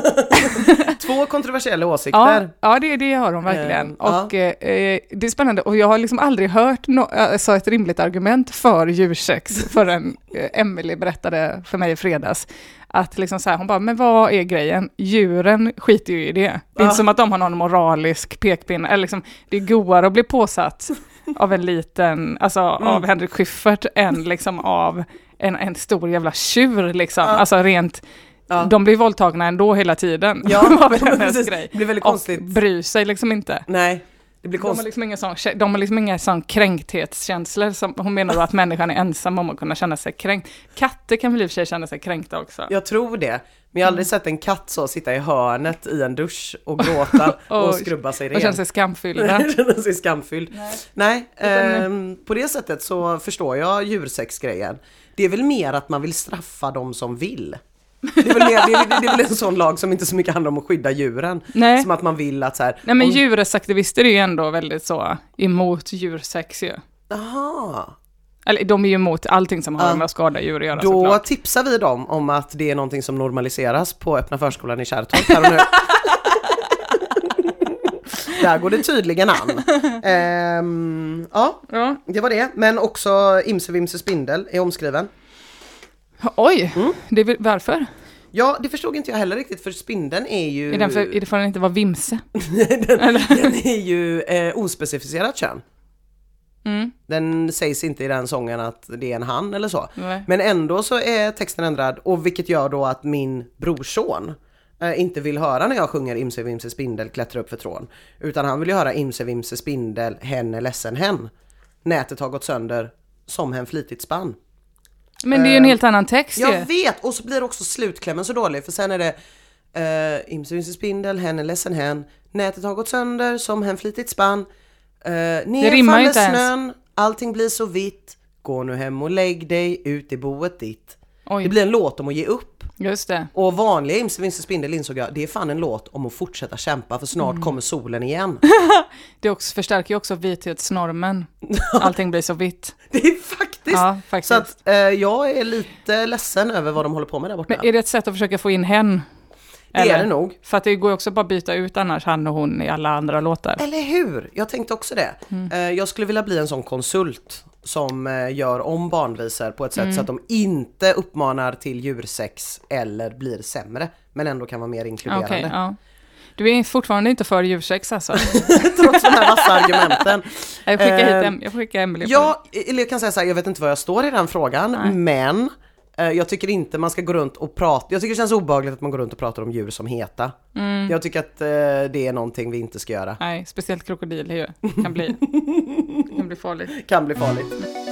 Två kontroversiella åsikter. Ja, ja det, det har hon verkligen. Mm. Och eh, det är spännande. Och jag har liksom aldrig hört no, alltså ett rimligt argument för djursex förrän eh, Emily berättade för mig i fredags. Att liksom så här, hon bara, men vad är grejen? Djuren skiter ju i det. Det är ja. inte som att de har någon moralisk pekpinne. Eller liksom, det är godare att bli påsatt av en liten, alltså mm. av Henrik Schyffert än liksom av en, en stor jävla tjur liksom. Ja. Alltså rent, ja. de blir våldtagna ändå hela tiden. Ja, var väl hennes grej. Det blir väldigt konstigt. Och bryr sig liksom inte. Nej. Det blir de har liksom inga sån, de har liksom inga sån kränkthetskänsla. Som, hon menar då att människan är ensam om att kunna känna sig kränkt. Katter kan väl i och för sig känna sig kränkta också. Jag tror det. Men jag har aldrig mm. sett en katt så sitta i hörnet i en dusch och gråta och, och skrubba sig ren. Och känna sig skamfyllda. känna sig skamfylld. Nej, Nej eh, på det sättet så förstår jag djursexgrejen. Det är väl mer att man vill straffa dem som vill. Det är, väl mer, det, är, det är väl en sån lag som inte så mycket handlar om att skydda djuren. Nej. Som att man vill att så här... Nej, men om... djurrättsaktivister är ju ändå väldigt så emot djursex ju. Aha. Eller de är ju emot allting som har uh, med att skada djur att göra. Då såklart. Tipsar vi dem om att det är någonting som normaliseras på öppna förskolan i Kärrtorp här och nu. Där går det tydligen an. ehm, ja, ja, det var det. Men också Imse Vimse Spindel är omskriven. Oj, mm. det, varför? Ja, det förstod inte jag heller riktigt, för spindeln är ju... Är den för, är det för att den inte var vimse? den, den är ju eh, ospecificerat kön. Mm. Den sägs inte i den sången att det är en han eller så. Nej. Men ändå så är texten ändrad, och vilket gör då att min brorson eh, inte vill höra när jag sjunger Imse Vimse Spindel klättra upp för trån. Utan han vill ju höra Imse Vimse Spindel, hen är ledsen hen. Nätet har gått sönder som hen flitigt spann. Men det är ju en helt annan text. Jag ju. vet, och så blir också slutklämmen så dålig. För sen är det uh, Imse Vimse Spindel, hen är ledsen hen. Nätet har gått sönder som hen flitigt spann. uh, Ner faller snön, allting blir så vitt. Gå nu hem och lägg dig ut i boet ditt. Oj. Det blir en låt om att ge upp. Just det. Och vanliga Imse Vimse Spindel insåg jag, det är fan en låt om att fortsätta kämpa, för snart mm. kommer solen igen. Det också, förstärker ju också vithetsnormen. Allting blir så vitt. Det är faktiskt. Ja, faktiskt. Så att eh, jag är lite ledsen över vad de håller på med där borta. Men är det ett sätt att försöka få in hen? Det eller? Är det nog. För att det går också bara att byta ut annars han och hon i alla andra låtar. Eller hur? Jag tänkte också det. Mm. Eh, jag skulle vilja bli en sån konsult som eh, gör om barnvisor på ett sätt mm. så att de inte uppmanar till djursex eller blir sämre, men ändå kan vara mer inkluderande. Okay, ja. Du är fortfarande inte för djursex alltså. Trots de här massa argumenten. Jag skickar hit em- jag skickar Emily. Ja, eller jag kan säga så här, jag vet inte vad jag står i den frågan, nej. Men eh, jag tycker inte man ska gå runt och prata. Jag tycker det känns obehagligt att man går runt och pratar om djur som heta. Mm. Jag tycker att eh, det är någonting vi inte ska göra. Nej, speciellt krokodil ju. Kan bli kan bli farligt. Kan bli farligt.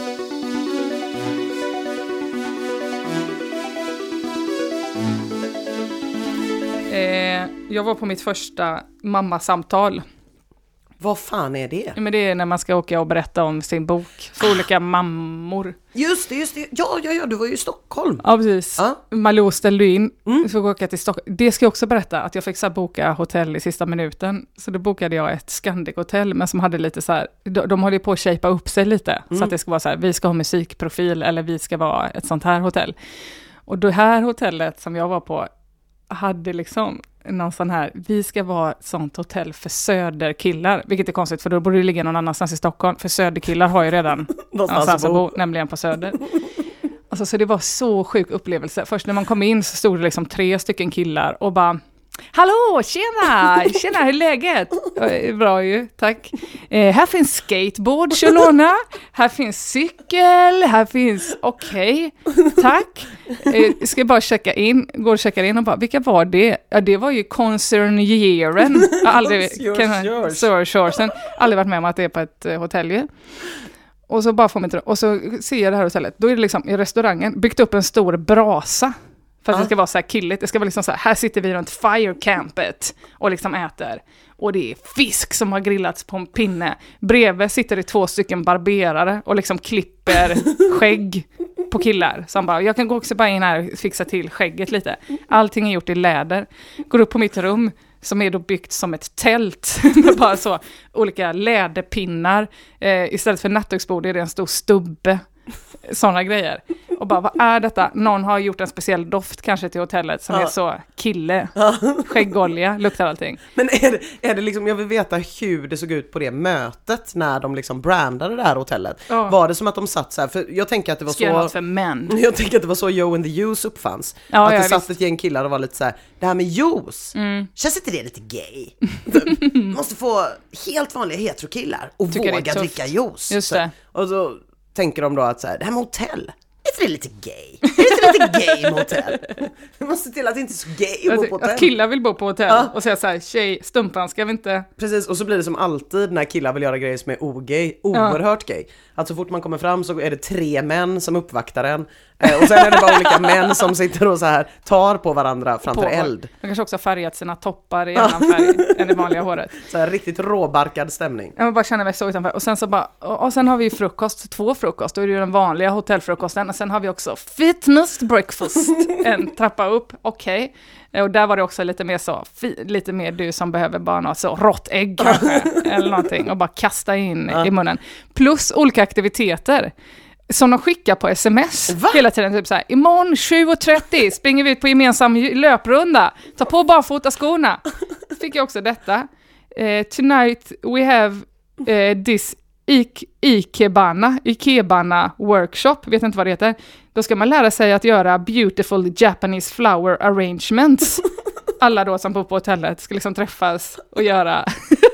Eh, jag var på mitt första mammasamtal. Vad fan är det? Men det är när man ska åka och berätta om sin bok för ah. olika mammor. Just det, just det. Ja, ja, ja, du var ju i Stockholm. Ja, precis. Ah. Malou ställde in mm. för att åka till Stockholm. Det ska jag också berätta, att jag fick så här boka hotell i sista minuten. Så då bokade jag ett Scandic-hotell, men som hade lite så här, de, de håller på att shapea upp sig lite. Mm. Så att det ska vara så här, vi ska ha musikprofil eller vi ska vara ett sånt här hotell. Och det här hotellet som jag var på hade liksom någon sån här, vi ska vara ett sånt hotell för söderkillar, vilket är konstigt för då borde det ligga någon annanstans i Stockholm, för söderkillar har ju redan någonstans att bo, nämligen på Söder. Alltså, så det var så sjuk upplevelse. Först när man kom in så stod det liksom tre stycken killar och bara, hallå, tjena, tjena, hur är läget? Bra ju, tack. Eh, här finns skateboard, Cholona. Här finns cykel, här finns, okej, okay, tack. Eh, ska bara checka in, går och checkar in och bara, vilka var det? Ja, det var ju Concernjeren. Jag har aldrig, kan, aldrig varit med om att det är på ett eh, hotell ju. Och så bara får man inte, och så ser jag det här hotellet. Då är det liksom i restaurangen byggt upp en stor brasa. För att ja. Det ska vara så här killigt. Det ska vara liksom så här, här sitter vi runt firecampet och liksom äter. Och det är fisk som har grillats på en pinne. Bredvid sitter det två stycken barberare och liksom klipper skägg på killar. Som bara, jag kan gå också bara in här och fixa till skägget lite. Allting är gjort i läder. Går upp på mitt rum som är då byggt som ett tält med bara så olika läderpinnar. Eh, istället för nattduksbord är det en stor stubbe. Sådana grejer. Och bara, vad är detta? Någon har gjort en speciell doft kanske till hotellet som ja. Är så kille. Ja. Skäggolja, luktar allting. Men är det, är det liksom, jag vill veta hur det såg ut på det mötet när de liksom brandade det här hotellet. Ja. Var det som att de satt så här, för jag tänker att det var Skrämt så för män. Jag tänker att det var så Joe and the Juice uppfanns. Ja, att det ja, satt visst. Ett gäng killar och var lite så här, det här med juice, mm. känns inte det lite gay? Måste få helt vanliga heterokillar och Tycker våga dricka juice. Just det. Så, och så tänker de då att så här, det här med hotell, är det lite gay? Är det inte lite gay med hotell? Vi måste till att det inte är så gay att bo på hotell. Att killar vill bo på hotell ja. Och säga så här, tjej, stumpan ska vi inte... Precis, och så blir det som alltid när killar vill göra grejer som är ogay, oerhört ja. Gay. Att så fort man kommer fram så är det tre män som uppvaktar en. Och sen är det bara olika män som sitter och så här tar på varandra framför på, eld. De kanske också har färgat sina toppar i annan färg än det vanliga håret. Så här riktigt råbarkad stämning. Jag bara känner mig så utanför. Och sen så bara, och sen har vi frukost, två frukost. Då är det ju den vanliga hotellfrukosten. Och sen har vi också fitness breakfast. En trappa upp, okej. Okay. Och där var det också lite mer så, lite mer du som behöver bara något så rått ägg kanske. Eller någonting. Och bara kasta in ja. I munnen. Plus olika aktiviteter. Som de skickar på sms Va? Hela tiden, typ så här, imorgon sju och trettio springer vi ut på gemensam löprunda, ta på barfota skorna. Fick jag också detta. Uh, tonight we have uh, this ik- ikebana, ikebana workshop, vet inte vad det heter. Då ska man lära sig att göra beautiful Japanese flower arrangements. Alla då som bor på hotellet ska liksom träffas och göra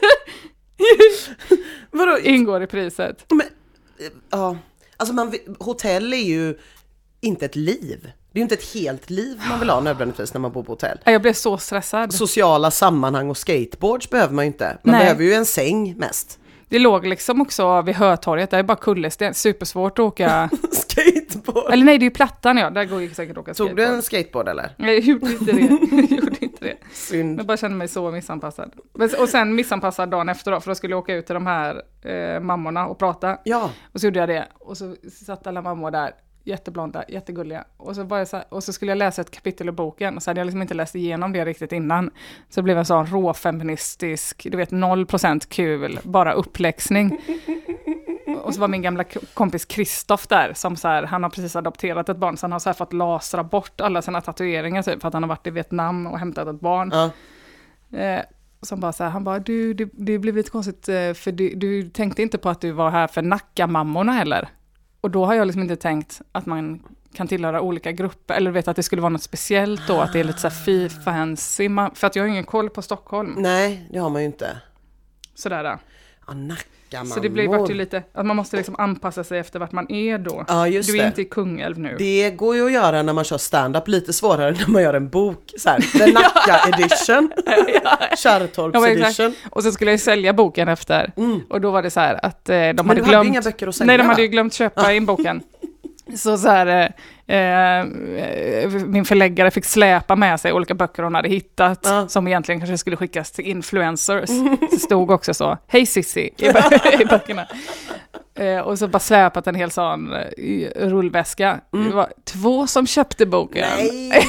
Vadå? Ingår i priset. Men, ja. Alltså man, hotell är ju inte ett liv. Det är ju inte ett helt liv man vill ha nödvändigtvis när man bor på hotell. Jag blev så stressad. Sociala sammanhang och skateboards behöver man ju inte. Man Nej. Behöver ju en säng mest. Det låg liksom också vid Hötorget. Det är bara kullersten. Supersvårt att åka skateboard. Eller nej, det är ju plattan, ja. Där går ju säkert att åka skateboard. Tog du en skateboard eller? Nej, jag gjorde inte det. Jag gjorde inte det. Synd. Jag bara kände mig så missanpassad. Och sen missanpassad dagen efter då. För då skulle jag åka ut till de här eh, mammorna och prata. Ja. Och så gjorde jag det. Och så satt alla mammor där. Jätteblonda, jättegulliga. Och så, bara så här, och så skulle jag läsa ett kapitel i boken. Och så hade jag liksom inte läst igenom det riktigt innan. Så det blev en sån råfeministisk, du vet, noll procent kul, bara uppläxning. Och så var min gamla kompis Kristoff där. Som så här, han har precis adopterat ett barn. Så han har så här fått lasra bort alla sina tatueringar typ. För att han har varit i Vietnam och hämtat ett barn. Ja. Eh, som bara så här, han bara, du, det, det blev lite konstigt. För du, du tänkte inte på att du var här för Nacka-mammorna heller. Och då har jag liksom inte tänkt att man kan tillhöra olika grupper. Eller vet att det skulle vara något speciellt då. Att det är lite så här fee-fancy. För att jag har ingen koll på Stockholm. Nej, det har man ju inte. Sådär då. Ja, Nacka-mammor. Så det blir vart ju lite, att man måste liksom anpassa sig efter vart man är då. Ja, just du är det. Inte i Kungälv nu. Det går ju att göra när man kör stand-up. Lite svårare när man gör en bok. Så här, The Nacka edition. Kärrtorps ja, edition. Och så skulle jag sälja boken efter. Mm. Och då var det så här att eh, de Men hade du glömt... hade inga böcker att sälja. Nej, de hade ju glömt köpa in boken. Så så här, eh, min förläggare fick släpa med sig olika böcker hon hade hittat ja. Som egentligen kanske skulle skickas till influencers. Det stod också så, hej Sissi i, i böckerna. Eh, och så bara släpat en hel sån eh, rullväska. Mm. Det var två som köpte boken. Nej.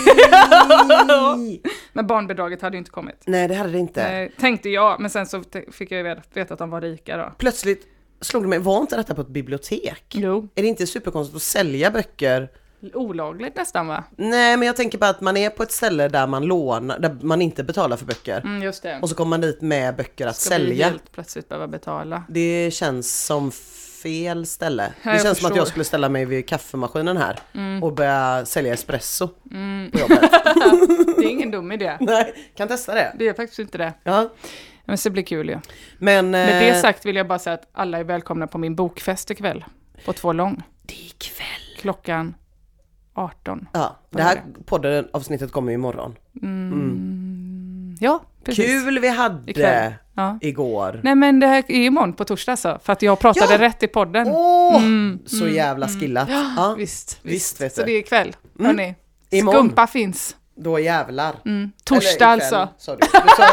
Men barnbidraget hade ju inte kommit. Nej, det hade det inte. Eh, tänkte jag, men sen så t- fick jag ju veta att de var rika då. Plötsligt slog det mig, var inte detta på ett bibliotek? Jo. Är det inte superkonstigt att sälja böcker olagligt nästan, va? Nej, men jag tänker bara att man är på ett ställe där man lånar, där man inte betalar för böcker. Mm, just det. Och så kommer man dit med böcker att Ska sälja. vi helt plötsligt behöva betala? Det känns som fel ställe. Ja, det känns jag som att jag förstår. skulle ställa mig vid kaffemaskinen här Mm. och börja sälja espresso Mm. på jobbet. Det är ingen dum idé. Nej, kan testa det. Det är faktiskt inte det. Ja. Men så blir kul ju. Ja. Men Med det eh, sagt vill jag bara säga att alla är välkomna på min bokfest ikväll. På två lång. det är ikväll. Klockan arton. Ja, Vad det är här podden avsnittet kommer ju imorgon. Mm. Mm. Ja, precis. Kul vi hade Ikväll. Ja. igår. Nej, men det här är imorgon på torsdag så. För att jag pratade Ja. rätt i podden. Åh, Mm, så mm, jävla mm. skillat. Ja, Ja, visst, visst visst. vet Så du. det är ikväll. Mm. Hörrni. Imorgon. Skumpa finns. Då jävlar. Mm. Torsdag Eller ikväll, alltså. sa du. Du sa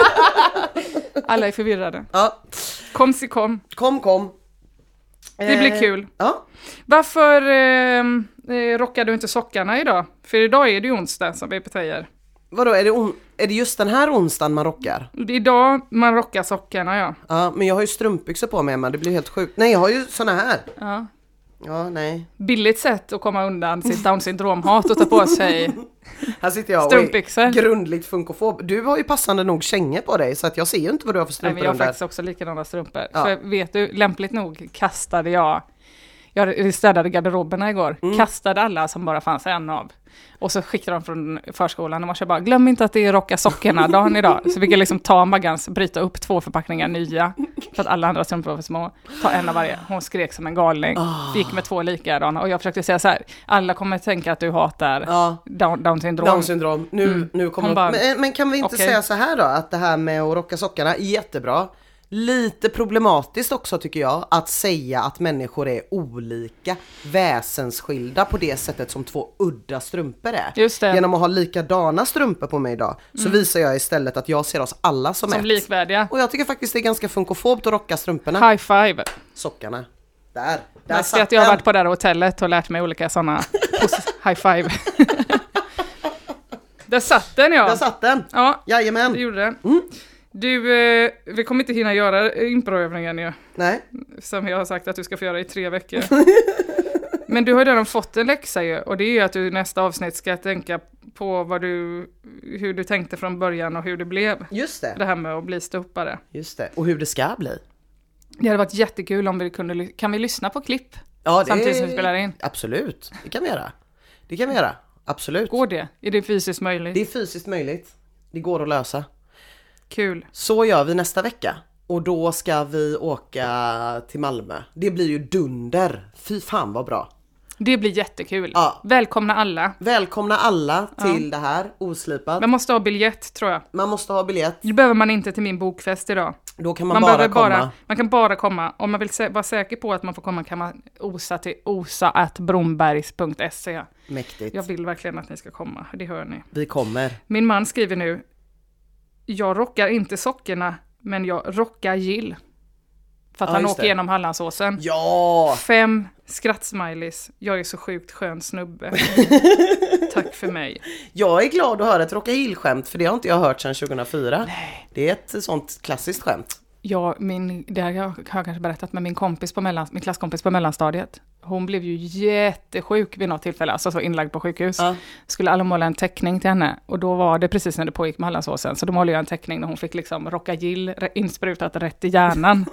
rätt. Alla är förvirrade. Ja, Kom si kom. kom kom. Det blir Eh, kul. Ja. Varför eh, eh, rockar du inte sockarna idag? För idag är det ju onsdag som vi säger. Vadå, är det, on- är det just den här onsdagen man rockar? Det är idag man rockar sockarna, ja. Ja, men jag har ju strumpbyxor på mig, men det blir helt sjukt. Nej, jag har ju såna här. ja. Ja, nej. Billigt sätt att komma undan sitt Down syndrom-hat och ta på sig. Här sitter jag och Strumpbyxor. är grundligt funkofob. Du har ju passande nog kängor på dig, så att jag ser ju inte vad du har för Nej, strumpor men jag har under. faktiskt också likadana strumpor. Ja. För vet du, lämpligt nog kastade jag, jag städade garderoberna igår, Mm. kastade alla som bara fanns en av. Och så skickade de från förskolan och morse bara, glöm inte att det är rocka sockorna dagen idag. Så vi kan liksom ta Maggans, bryta upp två förpackningar nya, för att alla andra strumpor var för små. Ta en av varje. Hon skrek som en galning. Oh. Gick med två likadana och jag försökte säga så här, alla kommer tänka att du hatar Ja, down, down syndrom. Down syndrom. Nu, Mm. nu kommer Hon de- bara, men, men kan vi inte okej. säga så här då, att det här med att rocka sockarna är jättebra. Lite problematiskt också tycker jag, att säga att människor är olika, väsensskilda på det sättet som två udda strumpor är. Just det. Genom att ha likadana strumpor på mig idag, så visar jag istället att jag ser oss alla som, Som ett. likvärdiga. Och jag tycker faktiskt det är ganska funkofobt att rocka strumporna. High five. Sockarna. Där. Där Jag satt att jag har den. varit på det här hotellet och lärt mig olika sådana high five. Där satt den, ja. Där satt den. Ja, det Jajamän. gjorde den. Mm. Du, eh, vi kommer inte hinna göra improövningen ju. Nej. Som jag har sagt att du ska få göra i tre veckor. Men du har ju redan fått en läxa ju. Och det är ju att du i nästa avsnitt ska tänka på vad du, hur du tänkte från början och hur det blev. Just det. Det här med att bli ståuppare. Just det. Och hur det ska bli. Det hade varit jättekul om vi kunde, ly- kan vi lyssna på klipp Ja, det samtidigt som vi spelar in? Absolut. Det kan vi göra. Det kan vi göra. Absolut. Går det? Är det fysiskt möjligt? Det är fysiskt möjligt. Det går att lösa. Kul. Så gör vi nästa vecka. Och då ska vi åka till Malmö. Det blir ju dunder. Fy fan vad bra. Det blir jättekul. Ja. Välkomna alla. Välkomna alla till det här. Oslipat. Man måste ha biljett, tror jag. Man måste ha biljett. Det behöver man inte till min bokfest idag. Då kan man, Man, bara behöver komma. bara, man kan bara komma. Om man vill sä- vara säker på att man får komma kan man osa till osa at brombergs punkt se. Mäktigt. Jag vill verkligen att ni ska komma, det hör ni. Vi kommer. Min man skriver nu, jag rockar inte sockerna, men jag rockar gill. För att Ja, han just åker det. genom Hallandsåsen. Ja! Fem skrattsmileys. Jag är så sjukt skön snubbe. Tack för mig. Jag är glad att höra ett Rocka Hill-skämt, för det har inte jag hört sedan tjugohundrafyra. Nej. Det är ett sånt klassiskt skämt. Ja, min, det har jag har jag kanske berättat med min kompis på mellan, min klasskompis på mellanstadiet. Hon blev ju jättesjuk vid något tillfälle, alltså så inlagd på sjukhus. Ja. Skulle alla måla en teckning till henne. Och då var det precis när det pågick med Hallandsåsen. Så då målade jag en teckning när hon fick liksom rocka gill insprutat rätt i hjärnan.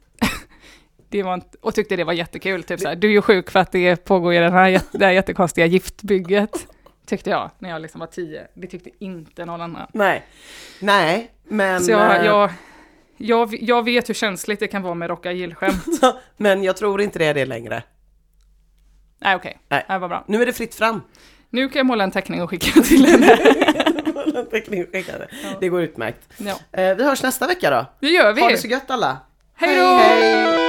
Det var inte, och tyckte det var jättekul. Typ så här, du är ju sjuk för att det pågår i den här, det här jättekonstiga giftbygget. Tyckte jag när jag liksom var tio. Det tyckte inte någon annan. Nej. Nej, men... Så jag, eh, jag, jag, jag vet hur känsligt det kan vara med rocka gill-skämt. men jag tror inte det är det längre. Nej, okej. Nej. Det var bra. Nu är det fritt fram. Nu kan jag måla en teckning och skicka till henne. Det går utmärkt. Ja. Eh, vi hörs nästa vecka då. Det gör vi. Ha det så gött alla. Hej då! hej.